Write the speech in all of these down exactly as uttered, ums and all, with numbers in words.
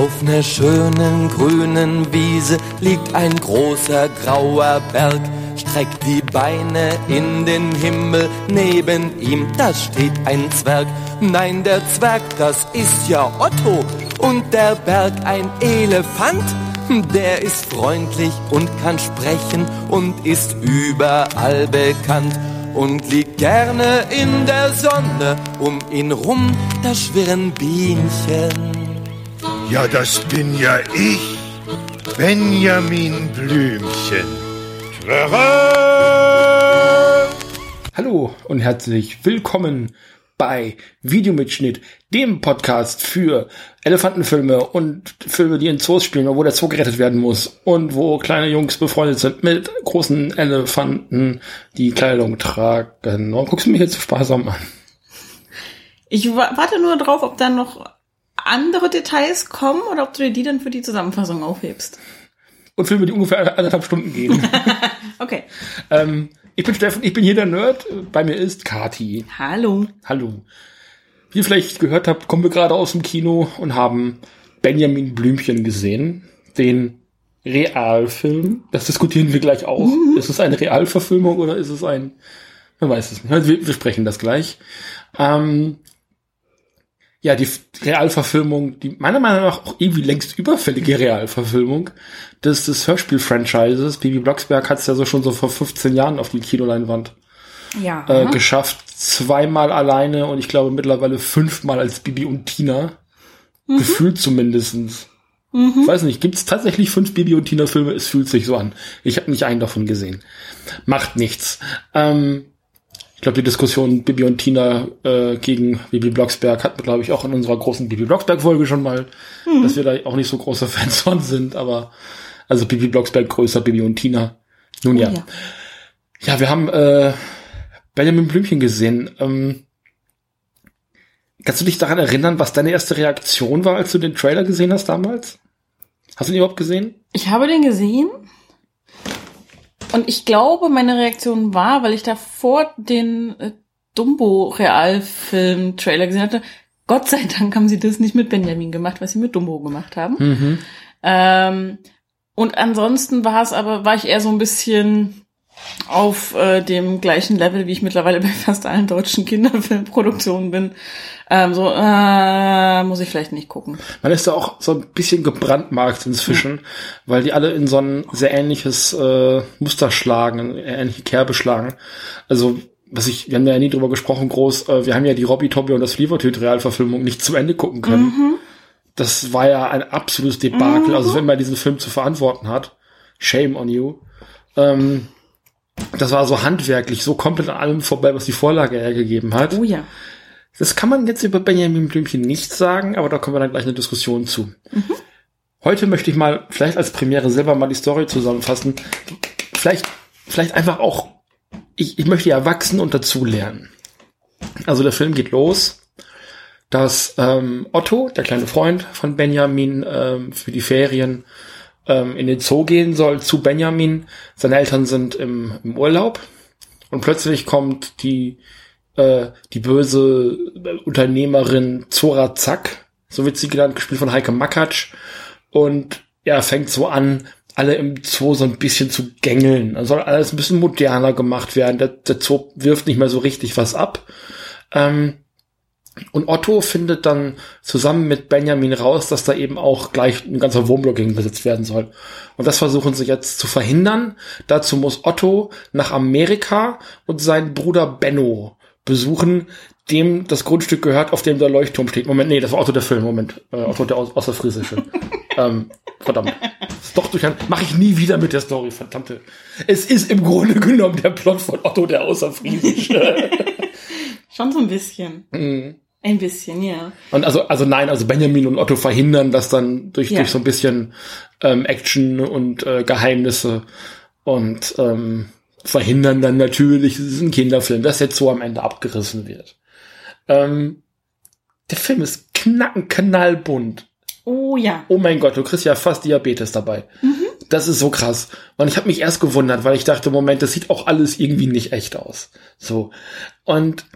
Auf ner schönen grünen Wiese liegt ein großer grauer Berg, streckt die Beine in den Himmel, neben ihm, da steht ein Zwerg. Nein, der Zwerg, das ist ja Otto, und der Berg ein Elefant. Der ist freundlich und kann sprechen und ist überall bekannt und liegt gerne in der Sonne, um ihn rum, da schwirren Bienchen. Ja, das bin ja ich, Benjamin Blümchen. Trara! Hallo und herzlich willkommen bei Videomitschnitt, dem Podcast für Elefantenfilme und Filme, die in Zoos spielen, wo der Zoo gerettet werden muss und wo kleine Jungs befreundet sind mit großen Elefanten, die Kleidung tragen. Oh, guckst du mich jetzt so sparsam an? Ich warte nur drauf, ob dann noch andere Details kommen oder ob du dir die dann für die Zusammenfassung aufhebst. Und Filme, die ungefähr anderthalb Stunden gehen. Okay. ähm, ich bin Steffen, ich bin hier der Nerd. Bei mir ist Kati. Hallo. Hallo. Wie ihr vielleicht gehört habt, kommen wir gerade aus dem Kino und haben Benjamin Blümchen gesehen. Den Realfilm. Das diskutieren wir gleich auch. Mhm. Ist es eine Realverfilmung oder ist es ein... Man weiß es nicht. Wir, wir sprechen das gleich. Ähm... Ja, die Realverfilmung, die meiner Meinung nach auch irgendwie längst überfällige Realverfilmung des, des Hörspiel-Franchises. Bibi Blocksberg hat es ja so schon so vor fünfzehn Jahren auf die Kinoleinwand ja. äh, geschafft. Zweimal alleine und ich glaube mittlerweile fünfmal als Bibi und Tina. Mhm. Gefühlt zumindestens. Mhm. Ich weiß nicht, gibt es tatsächlich fünf Bibi und Tina-Filme? Es fühlt sich so an. Ich habe nicht einen davon gesehen. Macht nichts. Ähm, Ich glaube, die Diskussion Bibi und Tina äh, gegen Bibi Blocksberg hatten wir, glaube ich, auch in unserer großen Bibi Blocksberg-Folge schon mal, mhm. dass wir da auch nicht so große Fans von sind, aber also Bibi Blocksberg größer, Bibi und Tina. Nun ja. Oh, ja. ja, wir haben äh, Benjamin Blümchen gesehen. Ähm, kannst du dich daran erinnern, was deine erste Reaktion war, als du den Trailer gesehen hast damals? Hast du ihn überhaupt gesehen? Ich habe den gesehen. Und ich glaube, meine Reaktion war, weil ich davor den äh, Dumbo-Realfilm-Trailer gesehen hatte, Gott sei Dank haben sie das nicht mit Benjamin gemacht, was sie mit Dumbo gemacht haben. Mhm. Ähm, und ansonsten war es aber, war ich eher so ein bisschen auf äh, dem gleichen Level, wie ich mittlerweile bei fast allen deutschen Kinderfilmproduktionen bin. Ähm, so, äh, muss ich vielleicht nicht gucken. Man ist da auch so ein bisschen gebrandmarkt inzwischen, mhm. weil die alle in so ein sehr ähnliches äh, Muster schlagen, eine ähnliche Kerbe schlagen. Also, was ich, wir haben ja nie drüber gesprochen, groß, äh, wir haben ja die Robby, Tobby und das Flievertüt-Realverfilmung nicht zu Ende gucken können. Mhm. Das war ja ein absolutes Debakel. Mhm. Also, wenn man diesen Film zu verantworten hat, shame on you. Ähm, das war so handwerklich, so komplett an allem vorbei, was die Vorlage hergegeben hat. Oh ja. Das kann man jetzt über Benjamin Blümchen nicht sagen, aber da kommen wir dann gleich eine Diskussion zu. Mhm. Heute möchte ich mal, vielleicht als Premiere selber mal die Story zusammenfassen. Vielleicht, vielleicht einfach auch, ich, ich möchte ja wachsen und dazulernen. Also der Film geht los, dass ähm, Otto, der kleine Freund von Benjamin, ähm, für die Ferien ähm, in den Zoo gehen soll zu Benjamin. Seine Eltern sind im, im Urlaub und plötzlich kommt die die böse Unternehmerin Zora Zack, so wird sie genannt, gespielt von Heike Makatsch, und ja, fängt so an, alle im Zoo so ein bisschen zu gängeln. Dann soll alles ein bisschen moderner gemacht werden. Der, der Zoo wirft nicht mehr so richtig was ab. Ähm, und Otto findet dann zusammen mit Benjamin raus, dass da eben auch gleich ein ganzer Wohnblock gegen besetzt werden soll. Und das versuchen sie jetzt zu verhindern. Dazu muss Otto nach Amerika und seinen Bruder Benno besuchen, dem das Grundstück gehört, auf dem der Leuchtturm steht. Moment, nee, das war Otto der Film, Moment. Äh, Otto der Aus- Außerfriesische. ähm, verdammt. Ist doch durch ein, mach ich nie wieder mit der Story, verdammte. Es ist im Grunde genommen der Plot von Otto der Außerfriesische. Schon so ein bisschen. Mhm. Ein bisschen, ja. Und also, also nein, also Benjamin und Otto verhindern das dann durch, ja. durch so ein bisschen ähm, Action und äh, Geheimnisse und ähm, verhindern dann natürlich, es ist ein Kinderfilm, dass jetzt so am Ende abgerissen wird. Ähm, der Film ist knacken, knallbunt. Oh ja. Oh mein Gott, du kriegst ja fast Diabetes dabei. Mhm. Das ist so krass. Und ich habe mich erst gewundert, weil ich dachte, Moment, das sieht auch alles irgendwie nicht echt aus. So. Und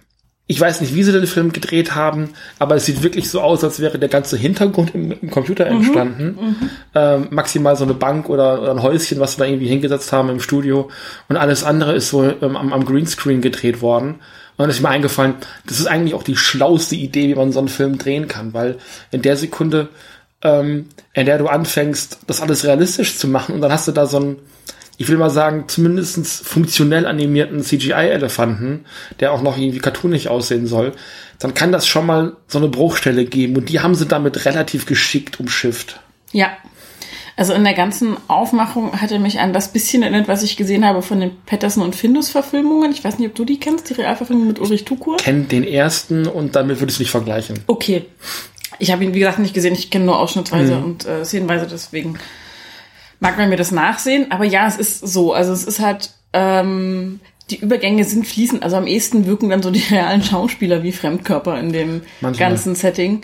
ich weiß nicht, wie sie den Film gedreht haben, aber es sieht wirklich so aus, als wäre der ganze Hintergrund im, im Computer entstanden. Mhm, ähm, maximal so eine Bank oder, oder ein Häuschen, was sie da irgendwie hingesetzt haben im Studio. Und alles andere ist so ähm, am, am Greenscreen gedreht worden. Und dann ist mir eingefallen, das ist eigentlich auch die schlauste Idee, wie man so einen Film drehen kann, weil in der Sekunde, ähm, in der du anfängst, das alles realistisch zu machen und dann hast du da so einen, ich will mal sagen, zumindestens funktionell animierten C G I-Elefanten, der auch noch irgendwie cartoonig aussehen soll, dann kann das schon mal so eine Bruchstelle geben. Und die haben sie damit relativ geschickt umschifft. Ja, also in der ganzen Aufmachung hatte mich an das bisschen erinnert, was ich gesehen habe von den Patterson und Findus-Verfilmungen. Ich weiß nicht, ob du die kennst, die Realverfilmung mit Ulrich Tukur. Ich kenne den ersten und damit würde ich es nicht vergleichen. Okay. Ich habe ihn, wie gesagt, nicht gesehen. Ich kenne nur ausschnittsweise mhm. und äh, szenenweise, deswegen mag man mir das nachsehen, aber ja, es ist so. Also es ist halt, ähm, die Übergänge sind fließend. Also am ehesten wirken dann so die realen Schauspieler wie Fremdkörper in dem Manchmal. ganzen Setting.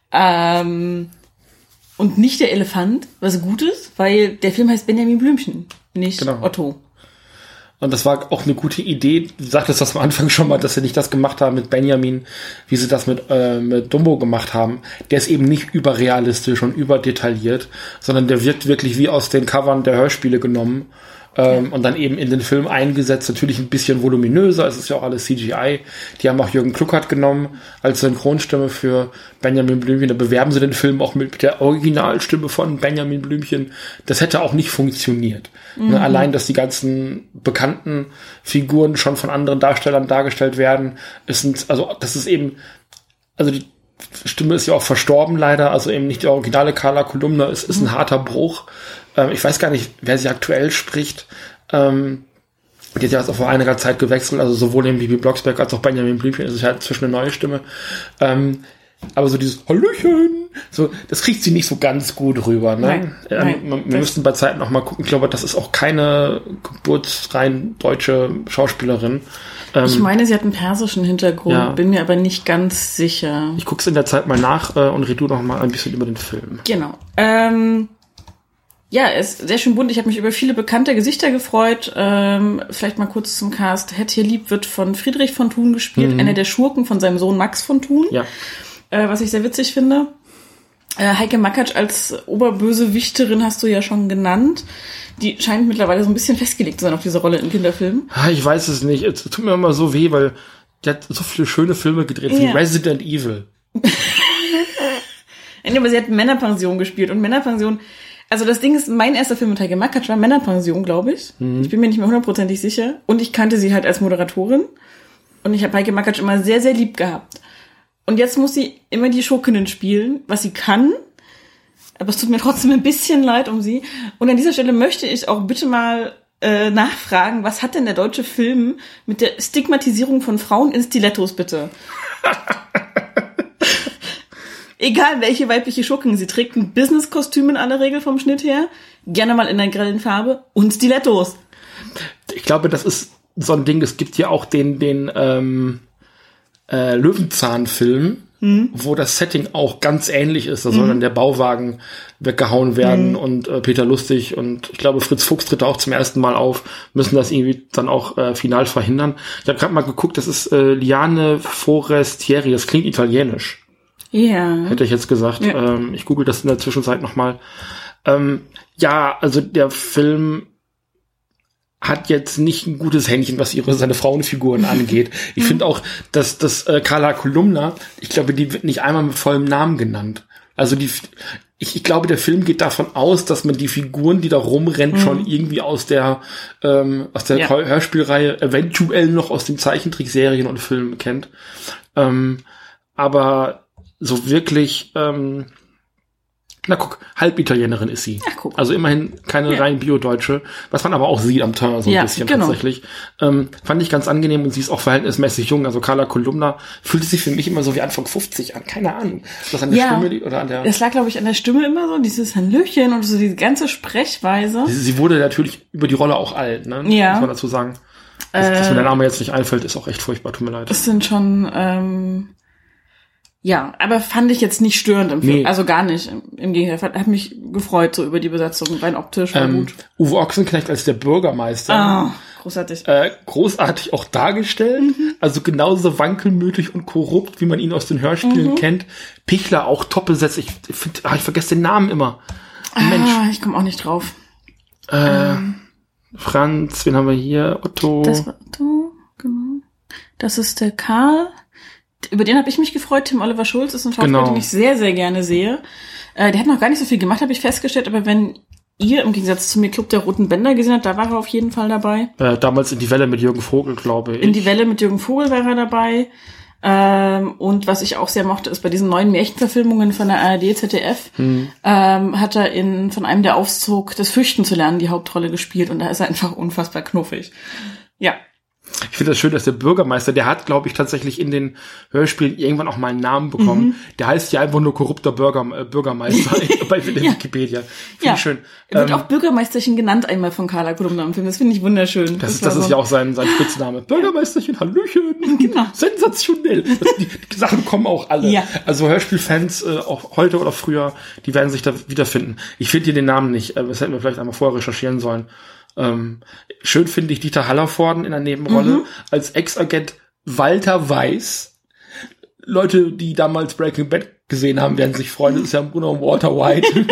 Ähm, und nicht der Elefant, was gut ist, weil der Film heißt Benjamin Blümchen, nicht genau. Otto. Und das war auch eine gute Idee. Du sagtest das am Anfang schon mal, dass sie nicht das gemacht haben mit Benjamin, wie sie das mit, äh, mit Dumbo gemacht haben. Der ist eben nicht überrealistisch und überdetailliert, sondern der wirkt wirklich wie aus den Covern der Hörspiele genommen. Ähm, ja. Und dann eben in den Film eingesetzt, natürlich ein bisschen voluminöser, es ist ja auch alles C G I. Die haben auch Jürgen Kluckert genommen als Synchronstimme für Benjamin Blümchen. Da bewerben sie den Film auch mit der Originalstimme von Benjamin Blümchen. Das hätte auch nicht funktioniert. Mhm. Ne, allein, dass die ganzen bekannten Figuren schon von anderen Darstellern dargestellt werden, ist ein, also das ist eben, also die Stimme ist ja auch verstorben leider, also eben nicht die originale Carla Kolumna, es ist ein harter Bruch. Ähm, ich weiß gar nicht, wer sie aktuell spricht. Ähm, die hat ja jetzt auch vor einiger Zeit gewechselt, also sowohl in Bibi Blocksberg als auch Benjamin Blümchen ist es halt zwischen eine neue Stimme. Ähm, aber so dieses Hallöchen, so, das kriegt sie nicht so ganz gut rüber. Ne? Nein, ähm, nein, wir müssten bei Zeiten noch mal gucken. Ich glaube, das ist auch keine geburtsrein deutsche Schauspielerin. Ich meine, sie hat einen persischen Hintergrund, ja. Bin mir aber nicht ganz sicher. Ich guck's in der Zeit mal nach äh, und red du noch mal ein bisschen über den Film. Genau. Ähm, ja, es ist sehr schön bunt. Ich habe mich über viele bekannte Gesichter gefreut. Ähm, vielleicht mal kurz zum Cast. Herr Tierlieb wird von Friedrich von Thun gespielt, mhm. einer der Schurken von seinem Sohn Max von Thun, ja. äh, was ich sehr witzig finde. Äh, Heike Makatsch als Oberbösewichterin hast du ja schon genannt. Die scheint mittlerweile so ein bisschen festgelegt zu sein auf diese Rolle in Kinderfilmen. Ich weiß es nicht. Es tut mir immer so weh, weil die hat so viele schöne Filme gedreht, ja. wie Resident Evil. Aber sie hat Männerpension gespielt. Und Männerpension, also das Ding ist, mein erster Film mit Heike Makatsch war Männerpension, glaube ich. Mhm. Ich bin mir nicht mehr hundertprozentig sicher. Und ich kannte sie halt als Moderatorin. Und ich habe Heike Makatsch immer sehr, sehr lieb gehabt. Und jetzt muss sie immer die Schurkinnen spielen, was sie kann. Aber es tut mir trotzdem ein bisschen leid um sie. Und an dieser Stelle möchte ich auch bitte mal äh, nachfragen, was hat denn der deutsche Film mit der Stigmatisierung von Frauen in Stilettos bitte? Egal, welche weibliche Schurkin sie trägt, ein Business-Kostüm in aller Regel vom Schnitt her, gerne mal in einer grellen Farbe und Stilettos. Ich glaube, das ist so ein Ding, es gibt ja auch den, den ähm, äh, Löwenzahn-Film, hm. wo das Setting auch ganz ähnlich ist. Da soll hm. dann der Bauwagen weggehauen werden hm. und äh, Peter Lustig und ich glaube Fritz Fuchs tritt auch zum ersten Mal auf, müssen das irgendwie dann auch äh, final verhindern. Ich habe gerade mal geguckt, das ist äh, Liane Forestieri, das klingt italienisch. Ja. Hätte ich jetzt gesagt. Ja. Ähm, ich google das in der Zwischenzeit nochmal. Ähm, ja, also der Film hat jetzt nicht ein gutes Händchen, was ihre seine Frauenfiguren angeht. Ich finde auch, dass das äh, Carla Kolumna, ich glaube, die wird nicht einmal mit vollem Namen genannt. Also die, ich, ich glaube, der Film geht davon aus, dass man die Figuren, die da rumrennt, mhm. schon irgendwie aus der ähm, aus der ja. Hörspielreihe, eventuell noch aus den Zeichentrickserien und Filmen kennt. Ähm, aber so wirklich, ähm, na guck, Halbitalienerin ist sie. Ach, guck. Also immerhin keine ja. rein Bio-Deutsche, was man aber auch sieht am Teint so ein ja, bisschen genau. tatsächlich. Ähm, fand ich ganz angenehm und sie ist auch verhältnismäßig jung. Also Carla Kolumna fühlte sich für mich immer so wie Anfang fünfzig an. Keine Ahnung. Das an der ja, Stimme oder an der. Das lag, glaube ich, an der Stimme immer so, dieses Hallöchen und so diese ganze Sprechweise. Sie, sie wurde natürlich über die Rolle auch alt, ne? Ja. Muss man dazu sagen. Dass, äh, dass mir der Name jetzt nicht einfällt, ist auch echt furchtbar. Tut mir leid. Das sind schon, ähm, Ja, aber fand ich jetzt nicht störend im Film. Nee. Also gar nicht. Im Gegenteil, hat mich gefreut so über die Besetzung, rein optisch war Ähm, gut. Uwe Ochsenknecht als der Bürgermeister. Ah, großartig. Äh, großartig auch dargestellt. Mhm. Also genauso wankelmütig und korrupt, wie man ihn aus den Hörspielen mhm. kennt. Pichler auch top besetzt. Ich, find, ach, ich vergesse den Namen immer. Mensch. Ah, ich komme auch nicht drauf. Äh, ähm. Franz, wen haben wir hier? Otto. Das war Otto, genau. Das ist der Karl. Über den habe ich mich gefreut. Tim Oliver Schulz ist ein Schauspieler, genau. den ich sehr, sehr gerne sehe. Äh, der hat noch gar nicht so viel gemacht, habe ich festgestellt. Aber wenn ihr im Gegensatz zu mir Club der Roten Bänder gesehen habt, da war er auf jeden Fall dabei. Äh, damals in die Welle mit Jürgen Vogel, glaube ich. In die Welle mit Jürgen Vogel war er dabei. Ähm, und was ich auch sehr mochte, ist bei diesen neuen Märchenverfilmungen von der A R D, Z D F, hm. ähm, hat er in von einem der Aufzug des Fürchten zu lernen die Hauptrolle gespielt. Und da ist er einfach unfassbar knuffig. Ja. Ich finde das schön, dass der Bürgermeister, der hat, glaube ich, tatsächlich in den Hörspielen irgendwann auch mal einen Namen bekommen. Mhm. Der heißt ja einfach nur korrupter Bürger, äh, Bürgermeister bei der ja. Wikipedia. Finde ja. ich schön. Er wird ähm, auch Bürgermeisterchen genannt einmal von Carla Kolumna im Film. Das finde ich wunderschön. Das, das, das ist so. Ja auch sein, sein Spitzname. Bürgermeisterchen, Hallöchen. Genau. Sensationell. Das, die, die Sachen kommen auch alle. Ja. Also Hörspielfans, äh, auch heute oder früher, die werden sich da wiederfinden. Ich finde hier den Namen nicht. Äh, das hätten wir vielleicht einmal vorher recherchieren sollen. Ähm, schön finde ich Dieter Hallervorden in der Nebenrolle mhm. als Ex-Agent Walter Weiß. Leute, die damals Breaking Bad gesehen haben, werden sich freuen. Das ist ja im Grunde genommen Walter White.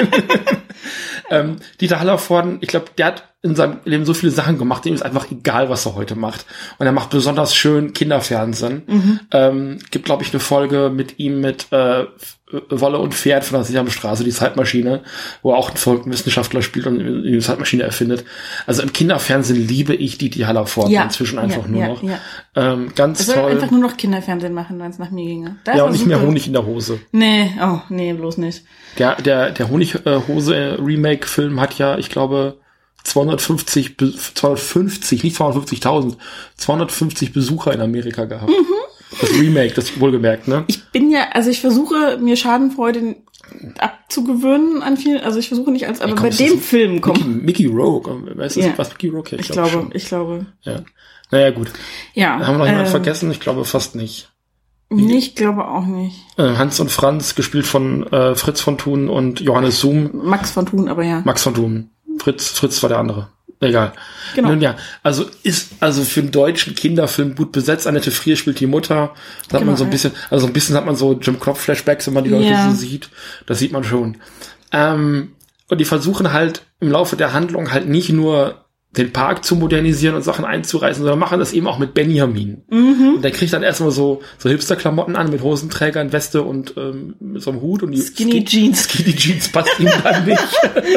ähm, Dieter Hallervorden, ich glaube, der hat in seinem Leben so viele Sachen gemacht, ihm ist einfach egal, was er heute macht. Und er macht besonders schön Kinderfernsehen. Mhm. Ähm, gibt, glaube ich, eine Folge mit ihm mit äh, Wolle und Pferd von der Sesamstraße, die Zeitmaschine, wo er auch einen verrückten Wissenschaftler spielt und die Zeitmaschine erfindet. Also im Kinderfernsehen liebe ich Dieter Hallervorden ja, inzwischen einfach ja, nur ja, noch. Ja. Ähm, ganz ich toll. Ich soll einfach nur noch Kinderfernsehen machen, wenn es nach mir ginge. Das ja, und nicht super. Mehr Honig in der Hose. Nee, oh, nee, bloß nicht. Der, der, der Honig-Hose-Remake-Film hat ja, ich glaube, zweihundertfünfzig, zweihundertfünfzig, nicht zweihundertfünfzigtausend, zweihundertfünfzig Besucher in Amerika gehabt. Mhm. Das Remake, das wohlgemerkt, ne? Ich bin ja, also ich versuche mir Schadenfreude abzugewöhnen an vielen, also ich versuche nicht als, aber ja, komm, bei dem Film kommt. Mickey, Mickey Rourke, weißt du, ja. was Mickey Rourke? Ich, ich glaube, glaube ich glaube. Ja. Naja, gut. Ja. Haben wir noch jemanden äh, vergessen? Ich glaube fast nicht. Nee, ich glaube auch nicht. Äh, Hans und Franz, gespielt von äh, Fritz von Thun und Johannes Zoom. Max von Thun, aber ja. Max von Thun. Fritz, Fritz war der andere. Egal. Genau. Nun ja, also ist also für einen deutschen Kinderfilm gut besetzt. Annette Frier spielt die Mutter. Da hat genau, man so ein bisschen, also ein bisschen hat man so Jim Knopf Flashbacks, wenn man die Leute ja. so sieht. Das sieht man schon. Ähm, und die versuchen halt im Laufe der Handlung halt nicht nur den Park zu modernisieren und Sachen einzureißen, sondern machen das eben auch mit Benjamin. Mhm. Und der kriegt dann erstmal so so Hipster-Klamotten an mit Hosenträgern, Weste und ähm, mit so einem Hut und die Skinny Sk- Jeans. Skinny Jeans passt ihm dann nicht.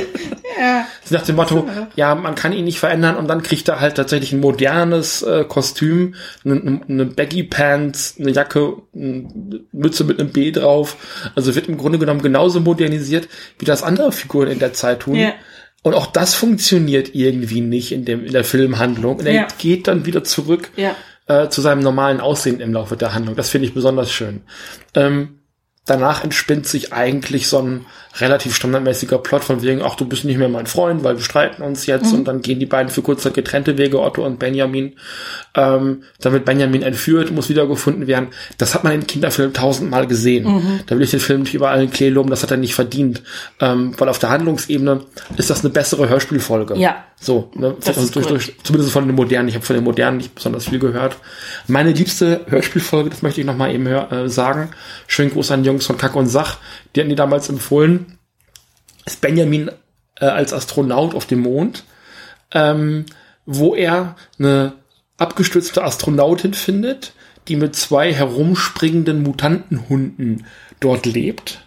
Ja. Nach dem Motto, ja, man kann ihn nicht verändern und dann kriegt er halt tatsächlich ein modernes äh, Kostüm, eine, eine Baggy Pants, eine Jacke, eine Mütze mit einem B drauf. Also wird im Grunde genommen genauso modernisiert, wie das andere Figuren in der Zeit tun. Ja. Und auch das funktioniert irgendwie nicht in dem in der Filmhandlung. Und er ja. geht dann wieder zurück ja. äh, zu seinem normalen Aussehen im Laufe der Handlung. Das finde ich besonders schön. Ähm, danach entspinnt sich eigentlich so ein relativ standardmäßiger Plot von wegen, ach, du bist nicht mehr mein Freund, weil wir streiten uns jetzt. Mhm. Und dann gehen die beiden für kurz Zeit getrennte Wege, Otto und Benjamin. Ähm, dann wird Benjamin entführt, muss wiedergefunden werden. Das hat man in Kinderfilmen tausendmal gesehen. Mhm. Da will ich den Film nicht überall in Klee loben, das hat er nicht verdient. Ähm, weil auf der Handlungsebene ist das eine bessere Hörspielfolge. Ja. So, ne? Also durch, durch, zumindest von den modernen. Ich habe von den modernen nicht besonders viel gehört. Meine liebste Hörspielfolge, das möchte ich noch mal eben hör, äh, sagen. Schönen Gruß an die Jungs von Kack und Sach. Die hatten die damals empfohlen. Ist Benjamin äh, als Astronaut auf dem Mond, ähm, wo er eine abgestürzte Astronautin findet, die mit zwei herumspringenden Mutantenhunden dort lebt,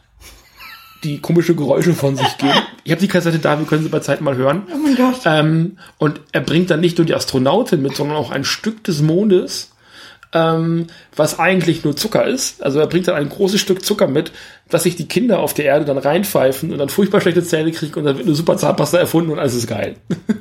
die komische Geräusche von sich geben. Ich habe die Kassette da, wir können sie bei Zeit mal hören. Oh mein Gott. Ähm, und er bringt dann nicht nur die Astronautin mit, sondern auch ein Stück des Mondes, ähm, was eigentlich nur Zucker ist. Also er bringt dann ein großes Stück Zucker mit, dass sich die Kinder auf der Erde dann reinpfeifen und dann furchtbar schlechte Zähne kriegen und dann wird eine super Zahnpasta erfunden und alles ist geil.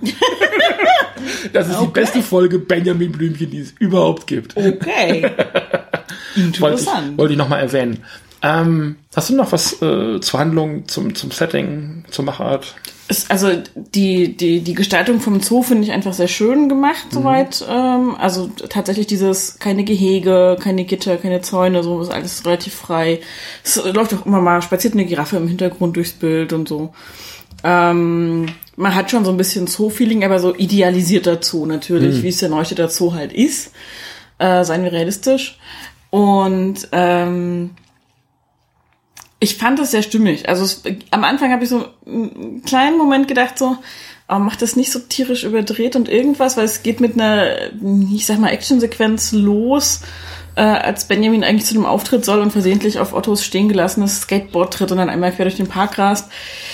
Das ist okay. Die beste Folge Benjamin Blümchen, die es überhaupt gibt. Okay. Interessant. Wollte ich, wollte ich nochmal erwähnen. Ähm, hast du noch was äh, zur Handlung, zum, zum Setting, zur Machart? ist, also die die die Gestaltung vom Zoo finde ich einfach sehr schön gemacht, mhm. soweit. Ähm, also tatsächlich dieses keine Gehege, keine Gitter, keine Zäune, so ist alles relativ frei. Es läuft auch immer mal, spaziert eine Giraffe im Hintergrund durchs Bild und so. Ähm, man hat schon so ein bisschen Zoo-Feeling, aber so idealisierter Zoo natürlich, mhm. wie es der Neustädter Zoo halt ist. Äh, seien wir realistisch. Und ähm, ich fand das sehr stimmig. Also es, am Anfang habe ich so einen kleinen Moment gedacht, so, oh, macht das nicht so tierisch überdreht und irgendwas, weil es geht mit einer, ich sag mal, Actionsequenz los, äh, als Benjamin eigentlich zu einem Auftritt soll und versehentlich auf Ottos stehen gelassenes Skateboard tritt und dann einmal quer durch den Park rast.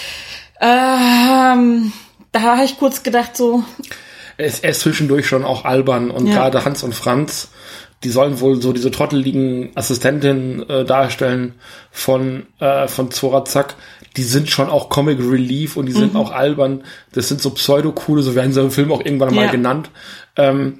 Ähm, da habe ich kurz gedacht, so. Er ist, er ist zwischendurch schon auch albern und ja. gerade Hans und Franz, die sollen wohl so diese trotteligen Assistentinnen äh, darstellen von äh, von Zorazak. Die sind schon auch Comic Relief und die sind mhm. auch albern. Das sind so pseudo-coole, so werden sie im Film auch irgendwann ja. mal genannt. Ähm,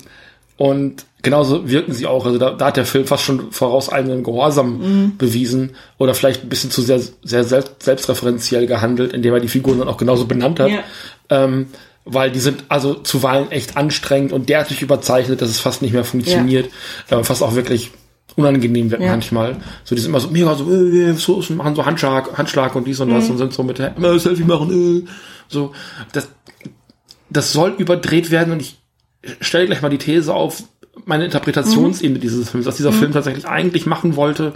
und genauso wirken sie auch. Also da, da hat der Film fast schon vorauseilenden Gehorsam mhm. bewiesen oder vielleicht ein bisschen zu sehr, sehr selbst, selbstreferenziell gehandelt, indem er die Figuren dann auch genauso benannt hat. Ja. Ähm, weil die sind also zuweilen echt anstrengend und derartig überzeichnet, dass es fast nicht mehr funktioniert. Ja. Äh, fast auch wirklich unangenehm wird ja. manchmal. So, die sind immer so mega so, äh, so machen so Handschlag, Handschlag und dies und das mhm. und sind so mit der äh, Selfie machen, äh, so. Das, das soll überdreht werden und ich stelle gleich mal die These auf, meine Interpretationsebene mhm. dieses Films, was dieser mhm. Film tatsächlich eigentlich machen wollte,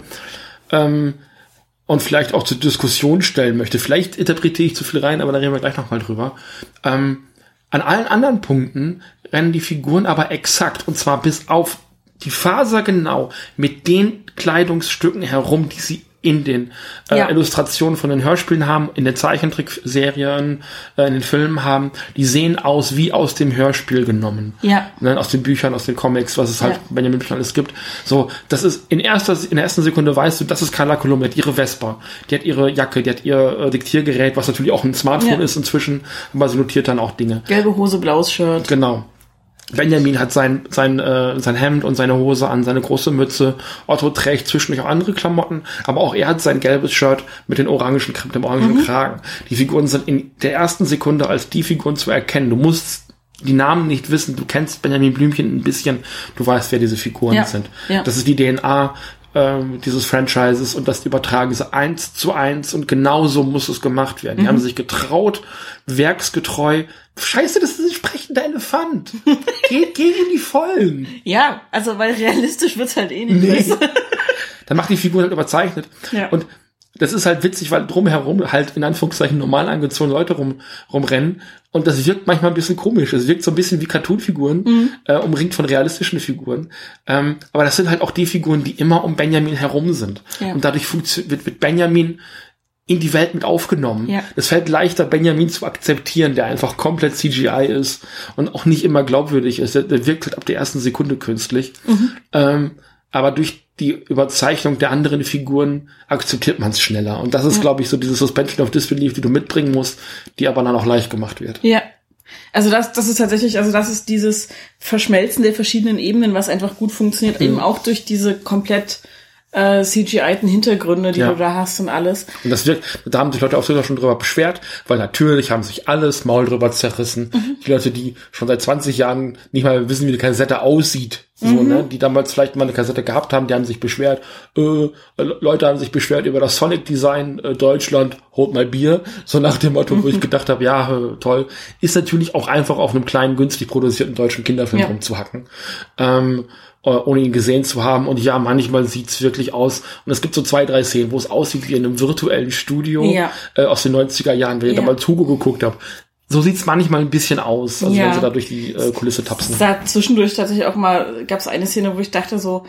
ähm, und vielleicht auch zur Diskussion stellen möchte. Vielleicht interpretiere ich zu viel rein, aber da reden wir gleich nochmal drüber. Ähm, an allen anderen Punkten rennen die Figuren aber exakt, und zwar bis auf die Faser genau mit den Kleidungsstücken herum, die sie in den äh, ja. Illustrationen von den Hörspielen haben, in den Zeichentrickserien, äh, in den Filmen haben, die sehen aus wie aus dem Hörspiel genommen. Ja. Ne, aus den Büchern, aus den Comics, was es halt ja. Benjamin Blümchen alles gibt. So, das ist in erster, in der ersten Sekunde weißt du, das ist Carla Kolumna, die hat ihre Vespa, die hat ihre Jacke, die hat ihr äh, Diktiergerät, was natürlich auch ein Smartphone ja. ist inzwischen, aber sie notiert dann auch Dinge. Gelbe Hose, blaues Shirt. Genau. Benjamin hat sein sein äh, sein Hemd und seine Hose an, seine große Mütze. Otto trägt zwischendurch auch andere Klamotten, aber auch er hat sein gelbes Shirt mit den orangen, mit dem orangen mhm. Kragen. Die Figuren sind in der ersten Sekunde als die Figuren zu erkennen. Du musst die Namen nicht wissen, du kennst Benjamin Blümchen ein bisschen, du weißt, wer diese Figuren ja. sind. Ja. Das ist die D N A ähm, dieses Franchises und das übertragen sie eins zu eins und genauso muss es gemacht werden. Die mhm. haben sich getraut, werksgetreu. Scheiße, das ist ein sprechender Elefant. Geh, geh in die Vollen. Ja, also weil realistisch wird's halt eh nicht. Nee. Dann macht die Figur halt überzeichnet. Ja. Und das ist halt witzig, weil drumherum halt in Anführungszeichen normal angezogene Leute rum, rumrennen. Und das wirkt manchmal ein bisschen komisch. Es wirkt so ein bisschen wie Cartoon-Figuren, mhm. äh, umringt von realistischen Figuren. Ähm, aber das sind halt auch die Figuren, die immer um Benjamin herum sind. Ja. Und dadurch funktio- wird, wird Benjamin in die Welt mit aufgenommen. Ja. Es fällt leichter, Benjamin zu akzeptieren, der einfach komplett C G I ist und auch nicht immer glaubwürdig ist. Der, der wirkt halt ab der ersten Sekunde künstlich. Mhm. Ähm, aber durch die Überzeichnung der anderen Figuren akzeptiert man es schneller. Und das ist, ja. glaube ich, so diese Suspension of Disbelief, die du mitbringen musst, die aber dann auch leicht gemacht wird. Ja. Also das, das ist tatsächlich, also das ist dieses Verschmelzen der verschiedenen Ebenen, was einfach gut funktioniert, mhm. eben auch durch diese komplett äh, C G I-ten Hintergründe, die ja. du da hast und alles. Und das wirkt, da haben sich Leute auf Twitter schon drüber beschwert, weil natürlich haben sich alles Maul drüber zerrissen. Mhm. Die Leute, die schon seit zwanzig Jahren nicht mal wissen, wie eine Kassette aussieht, so, mhm. ne, die damals vielleicht mal eine Kassette gehabt haben, die haben sich beschwert, äh, Leute haben sich beschwert über das Sonic-Design, äh, Deutschland, holt mal Bier, so nach dem Motto, mhm. wo ich gedacht habe, ja, äh, toll, ist natürlich auch einfach auf einem kleinen, günstig produzierten deutschen Kinderfilm ja. rumzuhacken. Ähm, ohne ihn gesehen zu haben. Und ja, manchmal sieht's wirklich aus. Und es gibt so zwei, drei Szenen, wo es aussieht wie in einem virtuellen Studio ja. äh, aus den neunziger Jahren, wenn ja. ich da mal Hugo geguckt habe. So sieht's manchmal ein bisschen aus, also ja. wenn sie da durch die äh, Kulisse tapsen. Da zwischendurch tatsächlich auch mal, gab's eine Szene, wo ich dachte so,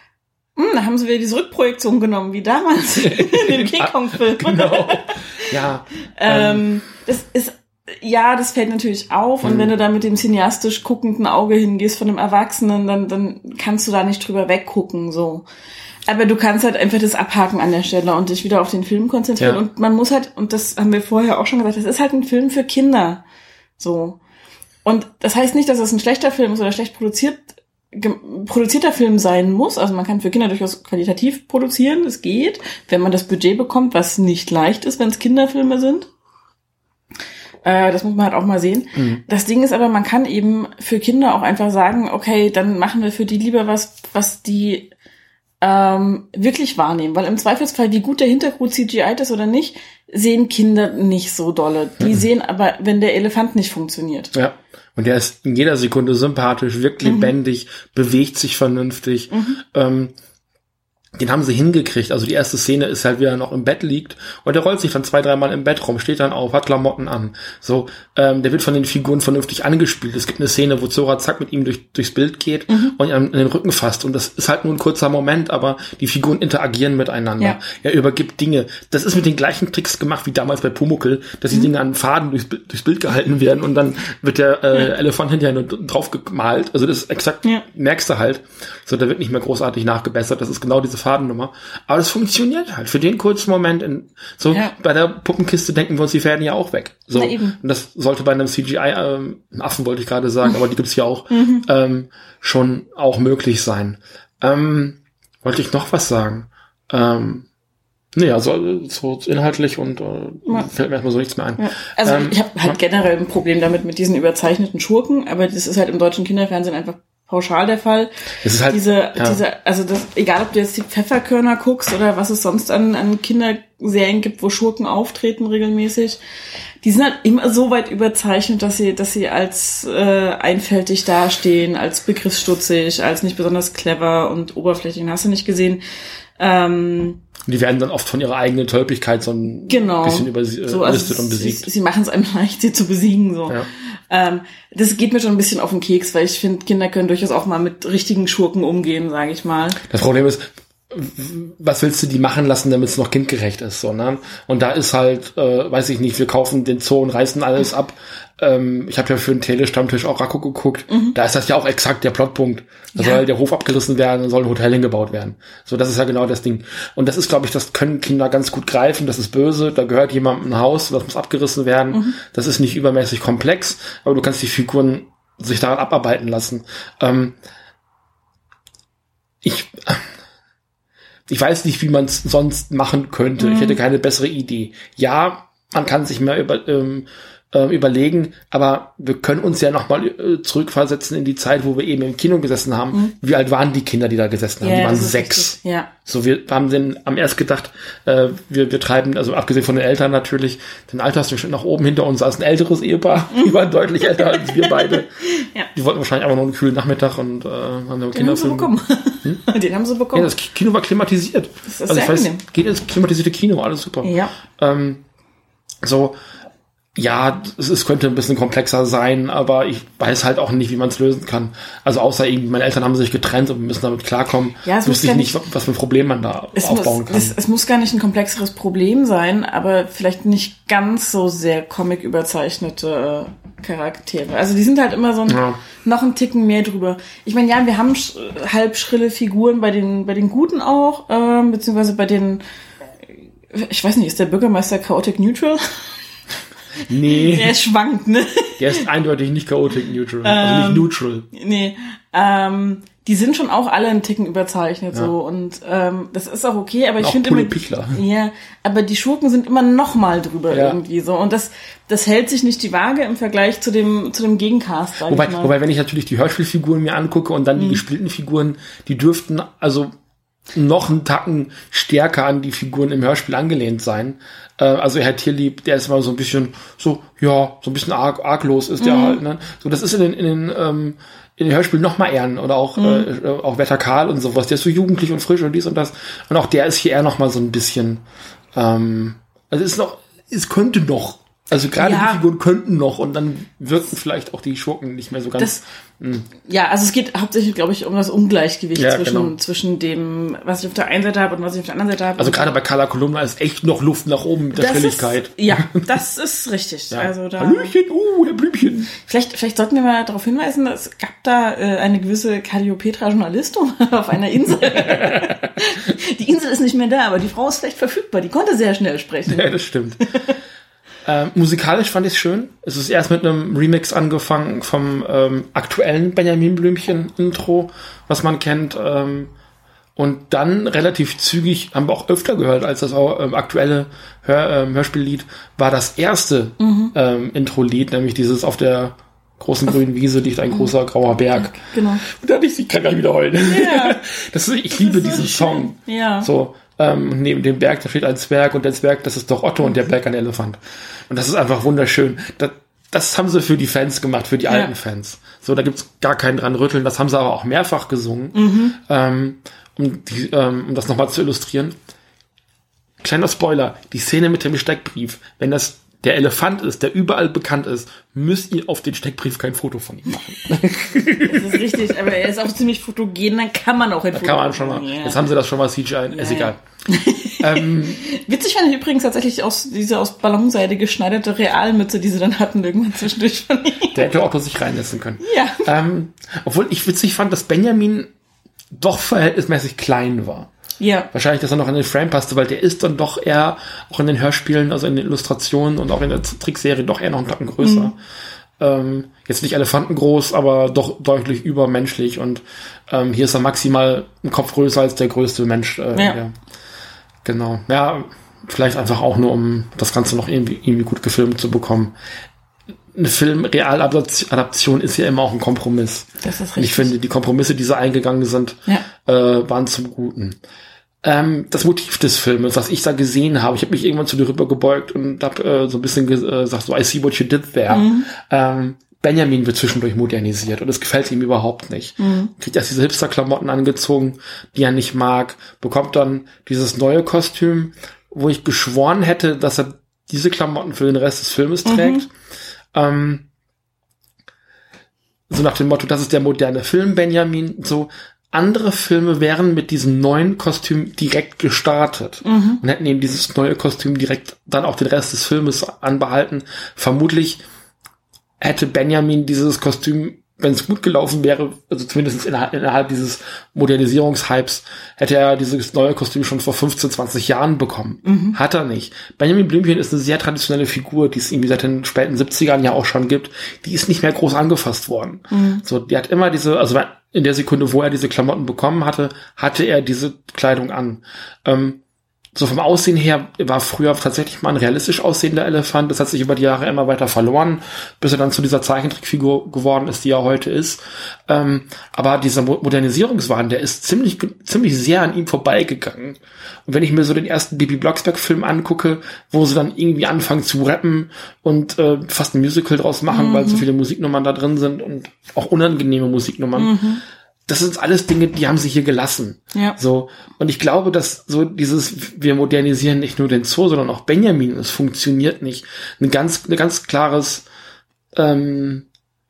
hm, da haben sie wieder diese Rückprojektion genommen, wie damals in dem King Kong-Film. Genau. Ja. ähm, das ist Ja, das fällt natürlich auf. Und mhm. wenn du da mit dem cineastisch guckenden Auge hingehst von einem Erwachsenen, dann, dann kannst du da nicht drüber weggucken, so. Aber du kannst halt einfach das abhaken an der Stelle und dich wieder auf den Film konzentrieren. Ja. Und man muss halt, und das haben wir vorher auch schon gesagt, das ist halt ein Film für Kinder, so. Und das heißt nicht, dass es ein schlechter Film ist oder schlecht produziert, ge- produzierter Film sein muss. Also man kann für Kinder durchaus qualitativ produzieren, das geht, wenn man das Budget bekommt, was nicht leicht ist, wenn es Kinderfilme sind. Äh, das muss man halt auch mal sehen. Mhm. Das Ding ist aber, man kann eben für Kinder auch einfach sagen, okay, dann machen wir für die lieber was, was die ähm, wirklich wahrnehmen. Weil im Zweifelsfall, wie gut der Hintergrund C G I ist oder nicht, sehen Kinder nicht so dolle. Die mhm. sehen aber, wenn der Elefant nicht funktioniert. Ja. Und der ist in jeder Sekunde sympathisch, wirkt lebendig, mhm. bewegt sich vernünftig. Mhm. Ähm, den haben sie hingekriegt. Also die erste Szene ist halt, wie er noch im Bett liegt und der rollt sich dann zwei, dreimal im Bett rum, steht dann auf, hat Klamotten an. So, ähm, der wird von den Figuren vernünftig angespielt. Es gibt eine Szene, wo Zora Zack mit ihm durch, durchs Bild geht mhm. und ihn an den Rücken fasst. Und das ist halt nur ein kurzer Moment, aber die Figuren interagieren miteinander. Ja. Er übergibt Dinge. Das ist mit den gleichen Tricks gemacht wie damals bei Pumuckl, dass die mhm. Dinge an Faden durchs, durchs Bild gehalten werden und dann wird der äh, ja. Elefant hinterher nur drauf gemalt. Also das ist exakt, ja. merkst du halt. So, da wird nicht mehr großartig nachgebessert. Das ist genau diese Fadennummer. Aber das funktioniert halt für den kurzen Moment. In, so ja. bei der Puppenkiste denken wir uns, die Fäden ja auch weg. So. Und das sollte bei einem C G I, ähm, Affen wollte ich gerade sagen, aber die gibt's ja auch, mhm. ähm, schon auch möglich sein. Ähm, wollte ich noch was sagen? Ähm, nee, also so inhaltlich und äh, ja. fällt mir erstmal so nichts mehr ein. Ja. Also ähm, ich habe halt ja. generell ein Problem damit mit diesen überzeichneten Schurken, aber das ist halt im deutschen Kinderfernsehen einfach pauschal der Fall. Das ist halt, diese, ja. diese, also das, egal ob du jetzt die Pfefferkörner guckst oder was es sonst an, an Kinderserien gibt, wo Schurken auftreten regelmäßig, die sind halt immer so weit überzeichnet, dass sie, dass sie als äh, einfältig dastehen, als begriffsstutzig, als nicht besonders clever und oberflächlich. Hast du nicht gesehen? Ähm, Die werden dann oft von ihrer eigenen Tölpigkeit so ein genau. bisschen überlistet so, also und besiegt. Sie, sie machen es einem leicht, sie zu besiegen. So. Ja. Ähm, das geht mir schon ein bisschen auf den Keks, weil ich finde, Kinder können durchaus auch mal mit richtigen Schurken umgehen, sage ich mal. Das Problem ist, was willst du die machen lassen, damit es noch kindgerecht ist, so, ne? Und da ist halt, äh, weiß ich nicht, wir kaufen den Zoo und reißen alles ab. Ähm, ich habe ja für den Telestammtisch auch Racco geguckt. Mhm. Da ist das ja auch exakt der Plotpunkt. Da ja. soll der Hof abgerissen werden, soll ein Hotel hingebaut werden. So, das ist ja genau das Ding. Und das ist, glaube ich, das können Kinder ganz gut greifen. Das ist böse. Da gehört jemandem ein Haus, das muss abgerissen werden. Mhm. Das ist nicht übermäßig komplex, aber du kannst die Figuren sich daran abarbeiten lassen. Ähm, ich Ich weiß nicht, wie man es sonst machen könnte. Mhm. Ich hätte keine bessere Idee. Ja, man kann sich mehr über, ähm, äh, überlegen, aber wir können uns ja nochmal äh, zurückversetzen in die Zeit, wo wir eben im Kino gesessen haben. Mhm. Wie alt waren die Kinder, die da gesessen haben? Ja, die waren sechs. Ja. So, wir haben den am erst gedacht, äh, wir, wir treiben, also abgesehen von den Eltern natürlich, den Altersdurchschnitt nach oben. Hinter uns saß ein älteres Ehepaar, mhm. die waren deutlich älter als wir beide. Ja. Die wollten wahrscheinlich einfach nur einen kühlen Nachmittag und äh, haben den Kinderfilm. Haben sie bekommen. Hm? Den haben sie bekommen. Ja, das Kino war klimatisiert. Das ist also sehr ich weiß, angenehm. Geht ins klimatisierte Kino, alles super. Ja. Ähm, so, ja, es, es könnte ein bisschen komplexer sein, aber ich weiß halt auch nicht, wie man es lösen kann. Also außer irgendwie, meine Eltern haben sich getrennt und wir müssen damit klarkommen. Ja, es wüsste ich nicht, nicht, was für ein Problem man da es aufbauen muss, kann. Es, es muss gar nicht ein komplexeres Problem sein, aber vielleicht nicht ganz so sehr comic überzeichnete äh, Charaktere. Also die sind halt immer so ein, ja. noch einen Ticken mehr drüber. Ich meine, ja, wir haben sch- halb schrille Figuren bei den bei den Guten auch, äh, beziehungsweise bei den, ich weiß nicht, ist der Bürgermeister Chaotic Neutral? Nee. Der schwankt, ne? Der ist eindeutig nicht Chaotic Neutral, also nicht ähm, neutral. Nee, ähm, die sind schon auch alle einen Ticken überzeichnet, ja. so, und ähm, das ist auch okay, aber ich finde immer, Pichler. ja, aber die Schurken sind immer noch mal drüber ja. irgendwie so, und das das hält sich nicht die Waage im Vergleich zu dem zu dem Gegencast. Sag wobei, ich mal. wobei, wenn ich natürlich die Hörspielfiguren mir angucke und dann mhm. die gespielten Figuren, die dürften also noch einen Tacken stärker an die Figuren im Hörspiel angelehnt sein. Äh, also Herr Tierlieb, der ist mal so ein bisschen so, ja, so ein bisschen arg, arglos ist der mhm. halt, ne? So, das ist in den, in den, ähm, in den Hörspielen noch mal eher, oder auch, mhm. äh, auch Wetter Karl und sowas, der ist so jugendlich und frisch und dies und das. Und auch der ist hier eher noch mal so ein bisschen, ähm, also es ist noch, es könnte noch, also gerade ja. die Figuren könnten noch, und dann wirken vielleicht auch die Schurken nicht mehr so ganz. Das, ja, also es geht hauptsächlich, glaube ich, um das Ungleichgewicht ja, zwischen genau. zwischen dem, was ich auf der einen Seite habe und was ich auf der anderen Seite habe. Also gerade bei Carla Kolumna ist echt noch Luft nach oben mit der das Schnelligkeit. Ist, ja, das ist richtig. Ja. Also da, Hallöchen, uh, Herr Blümchen. Vielleicht, vielleicht sollten wir mal darauf hinweisen, es gab da äh, eine gewisse Calliopetra Journalistum auf einer Insel. Die Insel ist nicht mehr da, aber die Frau ist vielleicht verfügbar. Die konnte sehr schnell sprechen. Ja, das stimmt. Ähm, musikalisch fand ich es schön. Es ist erst mit einem Remix angefangen vom ähm, aktuellen Benjamin Blümchen Intro, was man kennt. Ähm, Und dann relativ zügig, haben wir auch öfter gehört, als das auch, ähm, aktuelle Hör, ähm, Hörspiellied, war das erste mhm. ähm, Intro-Lied, nämlich dieses auf der großen grünen Wiese liegt ein großer grauer Berg. Genau. Und da hatte ich, ich kann gar nicht wieder heulen. Ja. Das ist, ich liebe diesen so Song. Ja. So, ähm, neben dem Berg, da steht ein Zwerg und der Zwerg, das ist doch Otto und der Berg ein Elefant. Und das ist einfach wunderschön. Das, das haben sie für die Fans gemacht, für die ja. alten Fans. So, da gibt's gar keinen dran rütteln. Das haben sie aber auch mehrfach gesungen, mhm. ähm, um, die, ähm, um das nochmal zu illustrieren. Kleiner Spoiler, die Szene mit dem Steckbrief, wenn das der Elefant ist, der überall bekannt ist, müsst ihr auf den Steckbrief kein Foto von ihm machen. Das ist richtig, aber er ist auch ziemlich fotogen, dann kann man auch ein da Foto kann man schon mal. Ja. Jetzt haben sie das schon mal C G I, ist ja, egal. Ja. ähm, Witzig fand ich übrigens tatsächlich aus diese aus Ballonseide geschneiderte Realmütze, die sie dann hatten, irgendwann zwischendurch von ihm. Der hätte Otto sich reinlassen können. Ja. Ähm, obwohl ich witzig fand, dass Benjamin doch verhältnismäßig klein war. Ja. Wahrscheinlich, dass er noch in den Frame passte, weil der ist dann doch eher, auch in den Hörspielen, also in den Illustrationen und auch in der Trickserie doch eher noch einen Tacken größer. Mhm. Ähm, jetzt nicht elefantengroß, aber doch deutlich übermenschlich und ähm, hier ist er maximal ein Kopf größer als der größte Mensch. Äh, ja. Ja. Genau. Ja, vielleicht einfach auch nur, um das Ganze noch irgendwie, irgendwie gut gefilmt zu bekommen. Eine Film-Realadaption ist ja immer auch ein Kompromiss. Das ist richtig. Und ich finde, die Kompromisse, die so eingegangen sind, ja. äh, waren zum Guten. Ähm, das Motiv des Filmes, was ich da gesehen habe, ich habe mich irgendwann zu dir rüber gebeugt und habe äh, so ein bisschen gesagt, so I see what you did there. Mhm. Ähm, Benjamin wird zwischendurch modernisiert und es gefällt ihm überhaupt nicht. Mhm. Kriegt erst diese Hipster-Klamotten angezogen, die er nicht mag, bekommt dann dieses neue Kostüm, wo ich geschworen hätte, dass er diese Klamotten für den Rest des Filmes trägt. Mhm. Ähm, so nach dem Motto, das ist der moderne Film, Benjamin. So andere Filme wären mit diesem neuen Kostüm direkt gestartet mhm. und hätten eben dieses neue Kostüm direkt dann auch den Rest des Filmes anbehalten. Vermutlich hätte Benjamin dieses Kostüm, wenn es gut gelaufen wäre, also zumindest innerhalb, innerhalb dieses Modernisierungshypes, hätte er dieses neue Kostüm schon vor fünfzehn, zwanzig Jahren bekommen. Mhm. Hat er nicht. Benjamin Blümchen ist eine sehr traditionelle Figur, die es irgendwie seit den späten siebzigern ja auch schon gibt. Die ist nicht mehr groß angefasst worden. Mhm. So, die hat immer diese, also in der Sekunde, wo er diese Klamotten bekommen hatte, hatte er diese Kleidung an. Ähm, So vom Aussehen her war früher tatsächlich mal ein realistisch aussehender Elefant. Das hat sich über die Jahre immer weiter verloren, bis er dann zu dieser Zeichentrickfigur geworden ist, die er heute ist. Ähm, aber dieser Modernisierungswahn, der ist ziemlich ziemlich sehr an ihm vorbeigegangen. Und wenn ich mir so den ersten Bibi Blocksberg-Film angucke, wo sie dann irgendwie anfangen zu rappen und äh, fast ein Musical draus machen, mhm. weil so viele Musiknummern da drin sind und auch unangenehme Musiknummern, mhm. das sind alles Dinge, die haben sie hier gelassen. Ja. So. Und ich glaube, dass so dieses, wir modernisieren nicht nur den Zoo, sondern auch Benjamin, es funktioniert nicht. Ein ganz, ein ganz klares, ähm,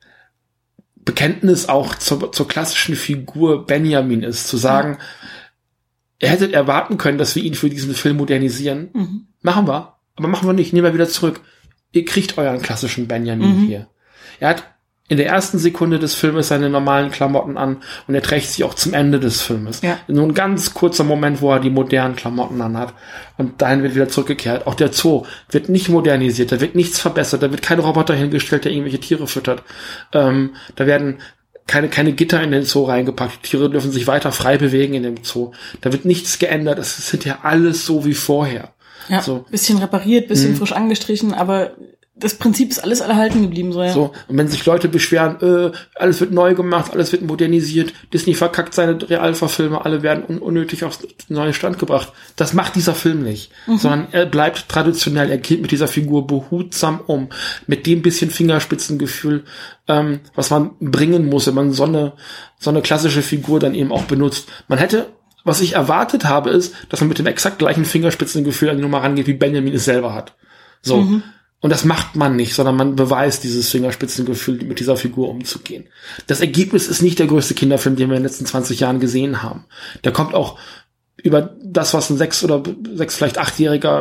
Bekenntnis auch zur, zur klassischen Figur Benjamin ist, zu sagen, ja. ihr hättet erwarten können, dass wir ihn für diesen Film modernisieren. Mhm. Machen wir. Aber machen wir nicht. Nehmen wir wieder zurück. Ihr kriegt euren klassischen Benjamin mhm. hier. Er hat in der ersten Sekunde des Filmes seine normalen Klamotten an und er trägt sie auch zum Ende des Filmes. Ja. Nur ein ganz kurzer Moment, wo er die modernen Klamotten anhat und dahin wird wieder zurückgekehrt. Auch der Zoo wird nicht modernisiert, da wird nichts verbessert, da wird kein Roboter hingestellt, der irgendwelche Tiere füttert. Ähm, da werden keine keine Gitter in den Zoo reingepackt. Die Tiere dürfen sich weiter frei bewegen in dem Zoo. Da wird nichts geändert. Es ist hinterher alles so wie vorher. Ja, so. Bisschen repariert, bisschen mhm. frisch angestrichen, aber das Prinzip ist alles erhalten geblieben, so, ja. So, und wenn sich Leute beschweren, äh, alles wird neu gemacht, alles wird modernisiert, Disney verkackt seine Realverfilme, alle werden un- unnötig aufs neue Stand gebracht. Das macht dieser Film nicht. Mhm. Sondern er bleibt traditionell, er geht mit dieser Figur behutsam um, mit dem bisschen Fingerspitzengefühl, ähm, was man bringen muss, wenn man so eine, so eine klassische Figur dann eben auch benutzt. Man hätte, was ich erwartet habe, ist, dass man mit dem exakt gleichen Fingerspitzengefühl an die Nummer rangeht, wie Benjamin es selber hat. So. Mhm. Und das macht man nicht, sondern man beweist dieses Fingerspitzengefühl, mit dieser Figur umzugehen. Das Ergebnis ist nicht der größte Kinderfilm, den wir in den letzten zwanzig Jahren gesehen haben. Der kommt auch über das, was ein sechs- oder sechs-, vielleicht achtjähriger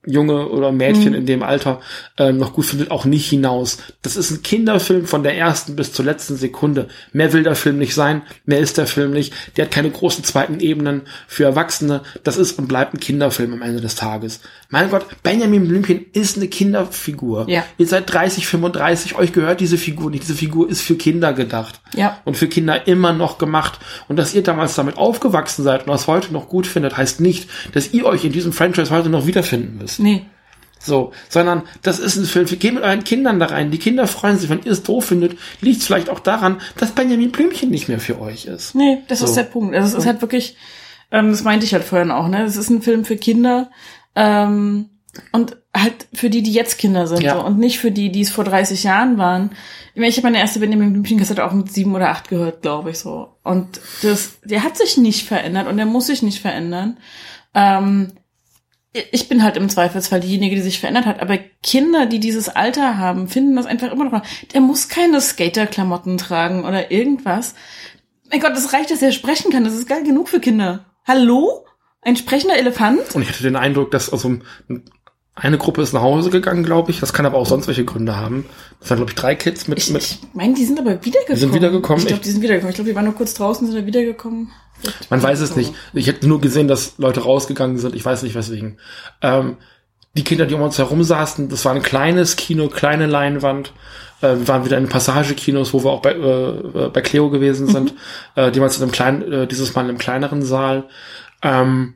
Junge oder Mädchen Mhm. in dem Alter äh, noch gut findet, auch nicht hinaus. Das ist ein Kinderfilm von der ersten bis zur letzten Sekunde. Mehr will der Film nicht sein, mehr ist der Film nicht. Der hat keine großen zweiten Ebenen für Erwachsene. Das ist und bleibt ein Kinderfilm am Ende des Tages. Mein Gott, Benjamin Blümchen ist eine Kinderfigur. Ja. Ihr seid dreißig, fünfunddreißig, euch gehört diese Figur nicht. Diese Figur ist für Kinder gedacht. Ja. Und für Kinder immer noch gemacht. Und dass ihr damals damit aufgewachsen seid und das heute noch gut findet, heißt nicht, dass ihr euch in diesem Franchise heute noch wiederfinden müsst. Nee. So, sondern das ist ein Film, geht mit euren Kindern da rein. Die Kinder freuen sich, wenn ihr es doof findet, liegt es vielleicht auch daran, dass Benjamin Blümchen nicht mehr für euch ist. Nee, das So. ist der Punkt. Also es ist halt wirklich, ähm, das meinte ich halt vorhin auch, ne? Es ist ein Film für Kinder, ähm, und halt für die, die jetzt Kinder sind, Ja. so, und nicht für die, die es vor dreißig Jahren waren. Ich meine, ich habe meine erste Benjamin Blümchen-Kassette auch mit sieben oder acht gehört, glaube ich, so. Und das, der hat sich nicht verändert und der muss sich nicht verändern. Ähm, ich bin halt im Zweifelsfall diejenige, die sich verändert hat. Aber Kinder, die dieses Alter haben, finden das einfach immer noch. Der muss keine Skater-Klamotten tragen oder irgendwas. Mein Gott, das reicht, dass er sprechen kann. Das ist geil genug für Kinder. Hallo? Ein sprechender Elefant? Und ich hatte den Eindruck, dass also eine Gruppe ist nach Hause gegangen, glaube ich. Das kann aber auch sonst welche Gründe haben. Das waren, glaube ich, drei Kids mit... Ich, mit ich meine, die sind aber wiedergekommen. Die sind wiedergekommen. Ich glaube, Ich- die sind wiedergekommen. Ich glaube, die waren nur kurz draußen, sind dann wiedergekommen. Man weiß es nicht. Ich hätte nur gesehen, dass Leute rausgegangen sind. Ich weiß nicht, weswegen. Ähm, die Kinder, die um uns herum saßen, das war ein kleines Kino, kleine Leinwand. Äh, wir waren wieder in Passagekinos, wo wir auch bei, äh, bei Cleo gewesen sind. Mhm. Äh, damals in einem kleinen, äh, dieses Mal in einem kleineren Saal. Ähm,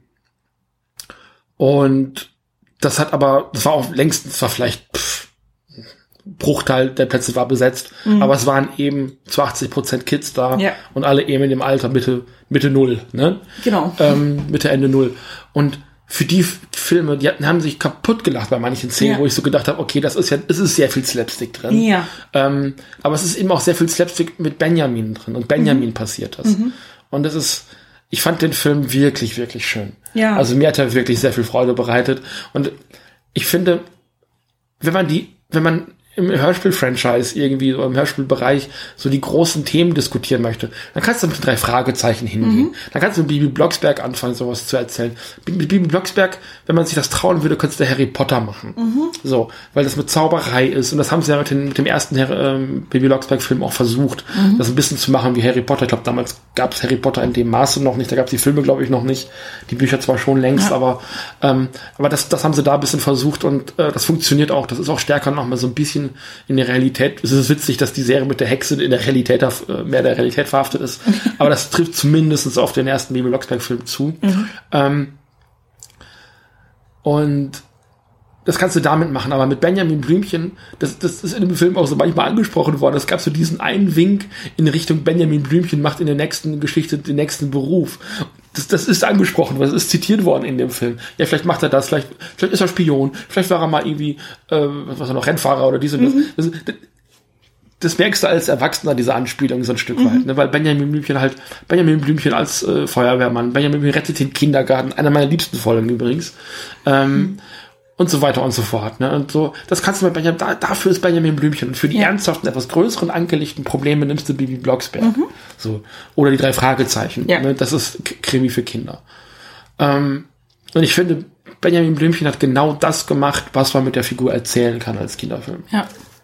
und das hat aber, das war auch längst, das war vielleicht pff, Bruchteil der Plätze war besetzt, mhm. aber es waren eben zu achtzig Prozent Kids da Ja. und alle eben in dem Alter Mitte, Mitte Null, ne? Genau. Ähm, Mitte, Ende Null. Und für die F- Filme, die hatten, haben sich kaputt gelacht bei manchen Szenen, Ja. wo ich so gedacht habe, okay, das ist ja, es ist sehr viel Slapstick drin. Ja. Ähm, aber es ist eben auch sehr viel Slapstick mit Benjamin drin und Benjamin mhm. passiert das. Mhm. Und das ist, ich fand den Film wirklich, wirklich schön. Ja. Also mir hat er wirklich sehr viel Freude bereitet. Und ich finde, wenn man die, wenn man im Hörspiel-Franchise irgendwie, oder im Hörspielbereich so die großen Themen diskutieren möchte, dann kannst du mit drei Fragezeichen hingehen. Mhm. Dann kannst du mit Bibi Blocksberg anfangen, sowas zu erzählen. Mit Bibi Blocksberg, wenn man sich das trauen würde, könntest du Harry Potter machen. Mhm. So, weil das mit Zauberei ist. Und das haben sie ja mit, den, mit dem ersten ähm, Bibi Blocksberg-Film auch versucht, mhm. das ein bisschen zu machen wie Harry Potter. Ich glaube, damals gab es Harry Potter in dem Maße noch nicht. Da gab es die Filme, glaube ich, noch nicht. Die Bücher zwar schon längst, ja. aber ähm, aber das, das haben sie da ein bisschen versucht und äh, das funktioniert auch. Das ist auch stärker noch mal so ein bisschen in der Realität. Es ist witzig, dass die Serie mit der Hexe in der Realität äh, mehr der Realität verhaftet ist. Aber das trifft zumindest auf den ersten Bibi Blocksberg-Film zu. Mhm. Ähm, und das kannst du damit machen, aber mit Benjamin Blümchen, das, das ist in dem Film auch so manchmal angesprochen worden. Es gab so diesen einen Wink in Richtung Benjamin Blümchen macht in der nächsten Geschichte den nächsten Beruf. Das, das ist angesprochen, das ist zitiert worden in dem Film. Ja, vielleicht macht er das, vielleicht, vielleicht ist er Spion, vielleicht war er mal irgendwie, äh, was war noch, Rennfahrer oder dies und das. Mhm. das, das Das merkst du als Erwachsener, diese Anspielung so ein Stück mhm. weit, ne? Weil Benjamin Blümchen halt, Benjamin Blümchen als äh, Feuerwehrmann, Benjamin Blümchen rettet den Kindergarten, einer meiner liebsten Folgen übrigens, ähm, mhm. und so weiter und so fort, ne? Und so, das kannst du mit Benjamin, da, dafür ist Benjamin Blümchen. Und für die ja. ernsthaften, etwas größeren angelegten Probleme nimmst du Bibi Blocksberg. Mhm. So. Oder die drei Fragezeichen, ja. ne? Das ist K- Krimi für Kinder. Ähm, und ich finde, Benjamin Blümchen hat genau das gemacht, was man mit der Figur erzählen kann als Kinderfilm. Ja.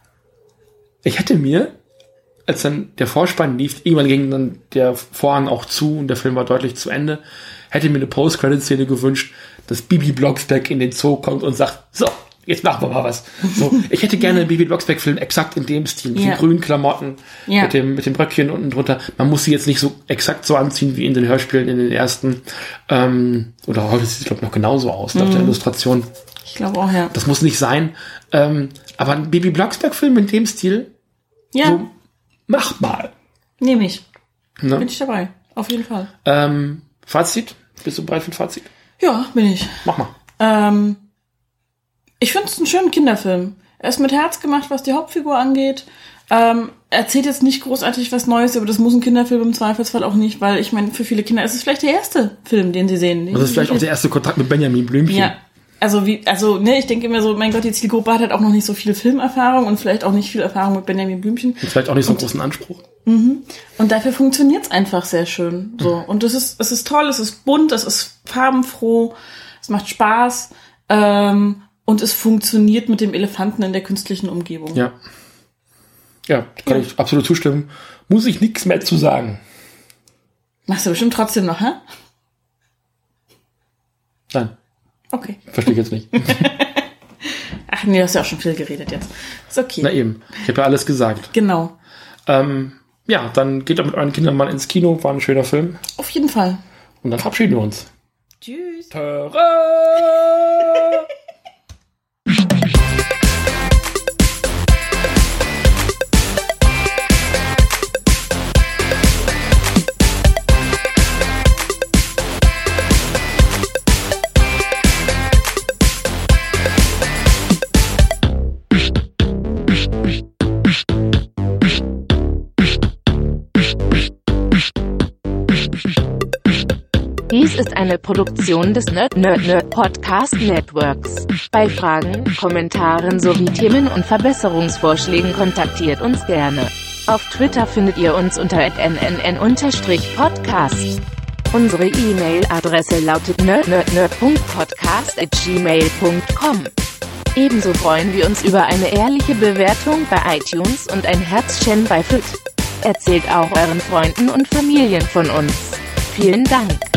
Ich hätte mir, als dann der Vorspann lief, irgendwann ging dann der Vorhang auch zu und der Film war deutlich zu Ende, hätte mir eine Post-Credit-Szene gewünscht, dass Bibi Blocksberg in den Zoo kommt und sagt, so, jetzt machen wir mal was. So, ich hätte gerne einen Bibi Blocksberg-Film exakt in dem Stil, mit ja. den grünen Klamotten, ja. mit dem mit dem Röckchen unten drunter. Man muss sie jetzt nicht so exakt so anziehen wie in den Hörspielen in den ersten, ähm, oder heute sieht es, glaube ich, noch genauso aus, mhm. nach der Illustration. Ich glaube auch, ja. Das muss nicht sein. Ähm, aber ein Bibi Blocksberg-Film in dem Stil, ja. so, mach mal. Nehme ich. Ne? Bin ich dabei. Auf jeden Fall. Ähm, Fazit? Bist du bereit für ein Fazit? Ja, bin ich. Mach mal. Ähm, ich finde es einen schönen Kinderfilm. Er ist mit Herz gemacht, was die Hauptfigur angeht. Ähm, erzählt jetzt nicht großartig was Neues, aber das muss ein Kinderfilm im Zweifelsfall auch nicht, weil ich meine, für viele Kinder ist es vielleicht der erste Film, den sie sehen. Das ist vielleicht auch der erste Kontakt mit Benjamin Blümchen. Ja. Also wie, also ne, ich denke immer so, mein Gott, die Zielgruppe hat halt auch noch nicht so viel Filmerfahrung und vielleicht auch nicht viel Erfahrung mit Benjamin Blümchen. Und vielleicht auch nicht so einen und, großen Anspruch. Mhm. Und dafür funktioniert's einfach sehr schön. So. Und es ist, es ist toll, es ist bunt, es ist farbenfroh, es macht Spaß. Ähm, Und es funktioniert mit dem Elefanten in der künstlichen Umgebung. Ja. Ja, kann ja. ich absolut zustimmen. Muss ich nichts mehr zu sagen. Machst du bestimmt trotzdem noch, hä? Nein. Okay. Verstehe ich jetzt nicht. Ach nee, du hast ja auch schon viel geredet jetzt. Ist okay. Na eben. Ich habe ja alles gesagt. Genau. Ähm, ja, dann geht doch mit euren Kindern mal ins Kino. War ein schöner Film. Auf jeden Fall. Und dann verabschieden wir uns. Tschüss. Tada! Dies ist eine Produktion des Nerd Nerd Nerd Podcast Networks. Bei Fragen, Kommentaren sowie Themen- und Verbesserungsvorschlägen kontaktiert uns gerne. Auf Twitter findet ihr uns unter at n n n podcast. Unsere E-Mail-Adresse lautet nerd nerd nerd punkt podcast at gmail punkt com. Ebenso freuen wir uns über eine ehrliche Bewertung bei iTunes und ein Herzchen bei F I T. Erzählt auch euren Freunden und Familien von uns. Vielen Dank.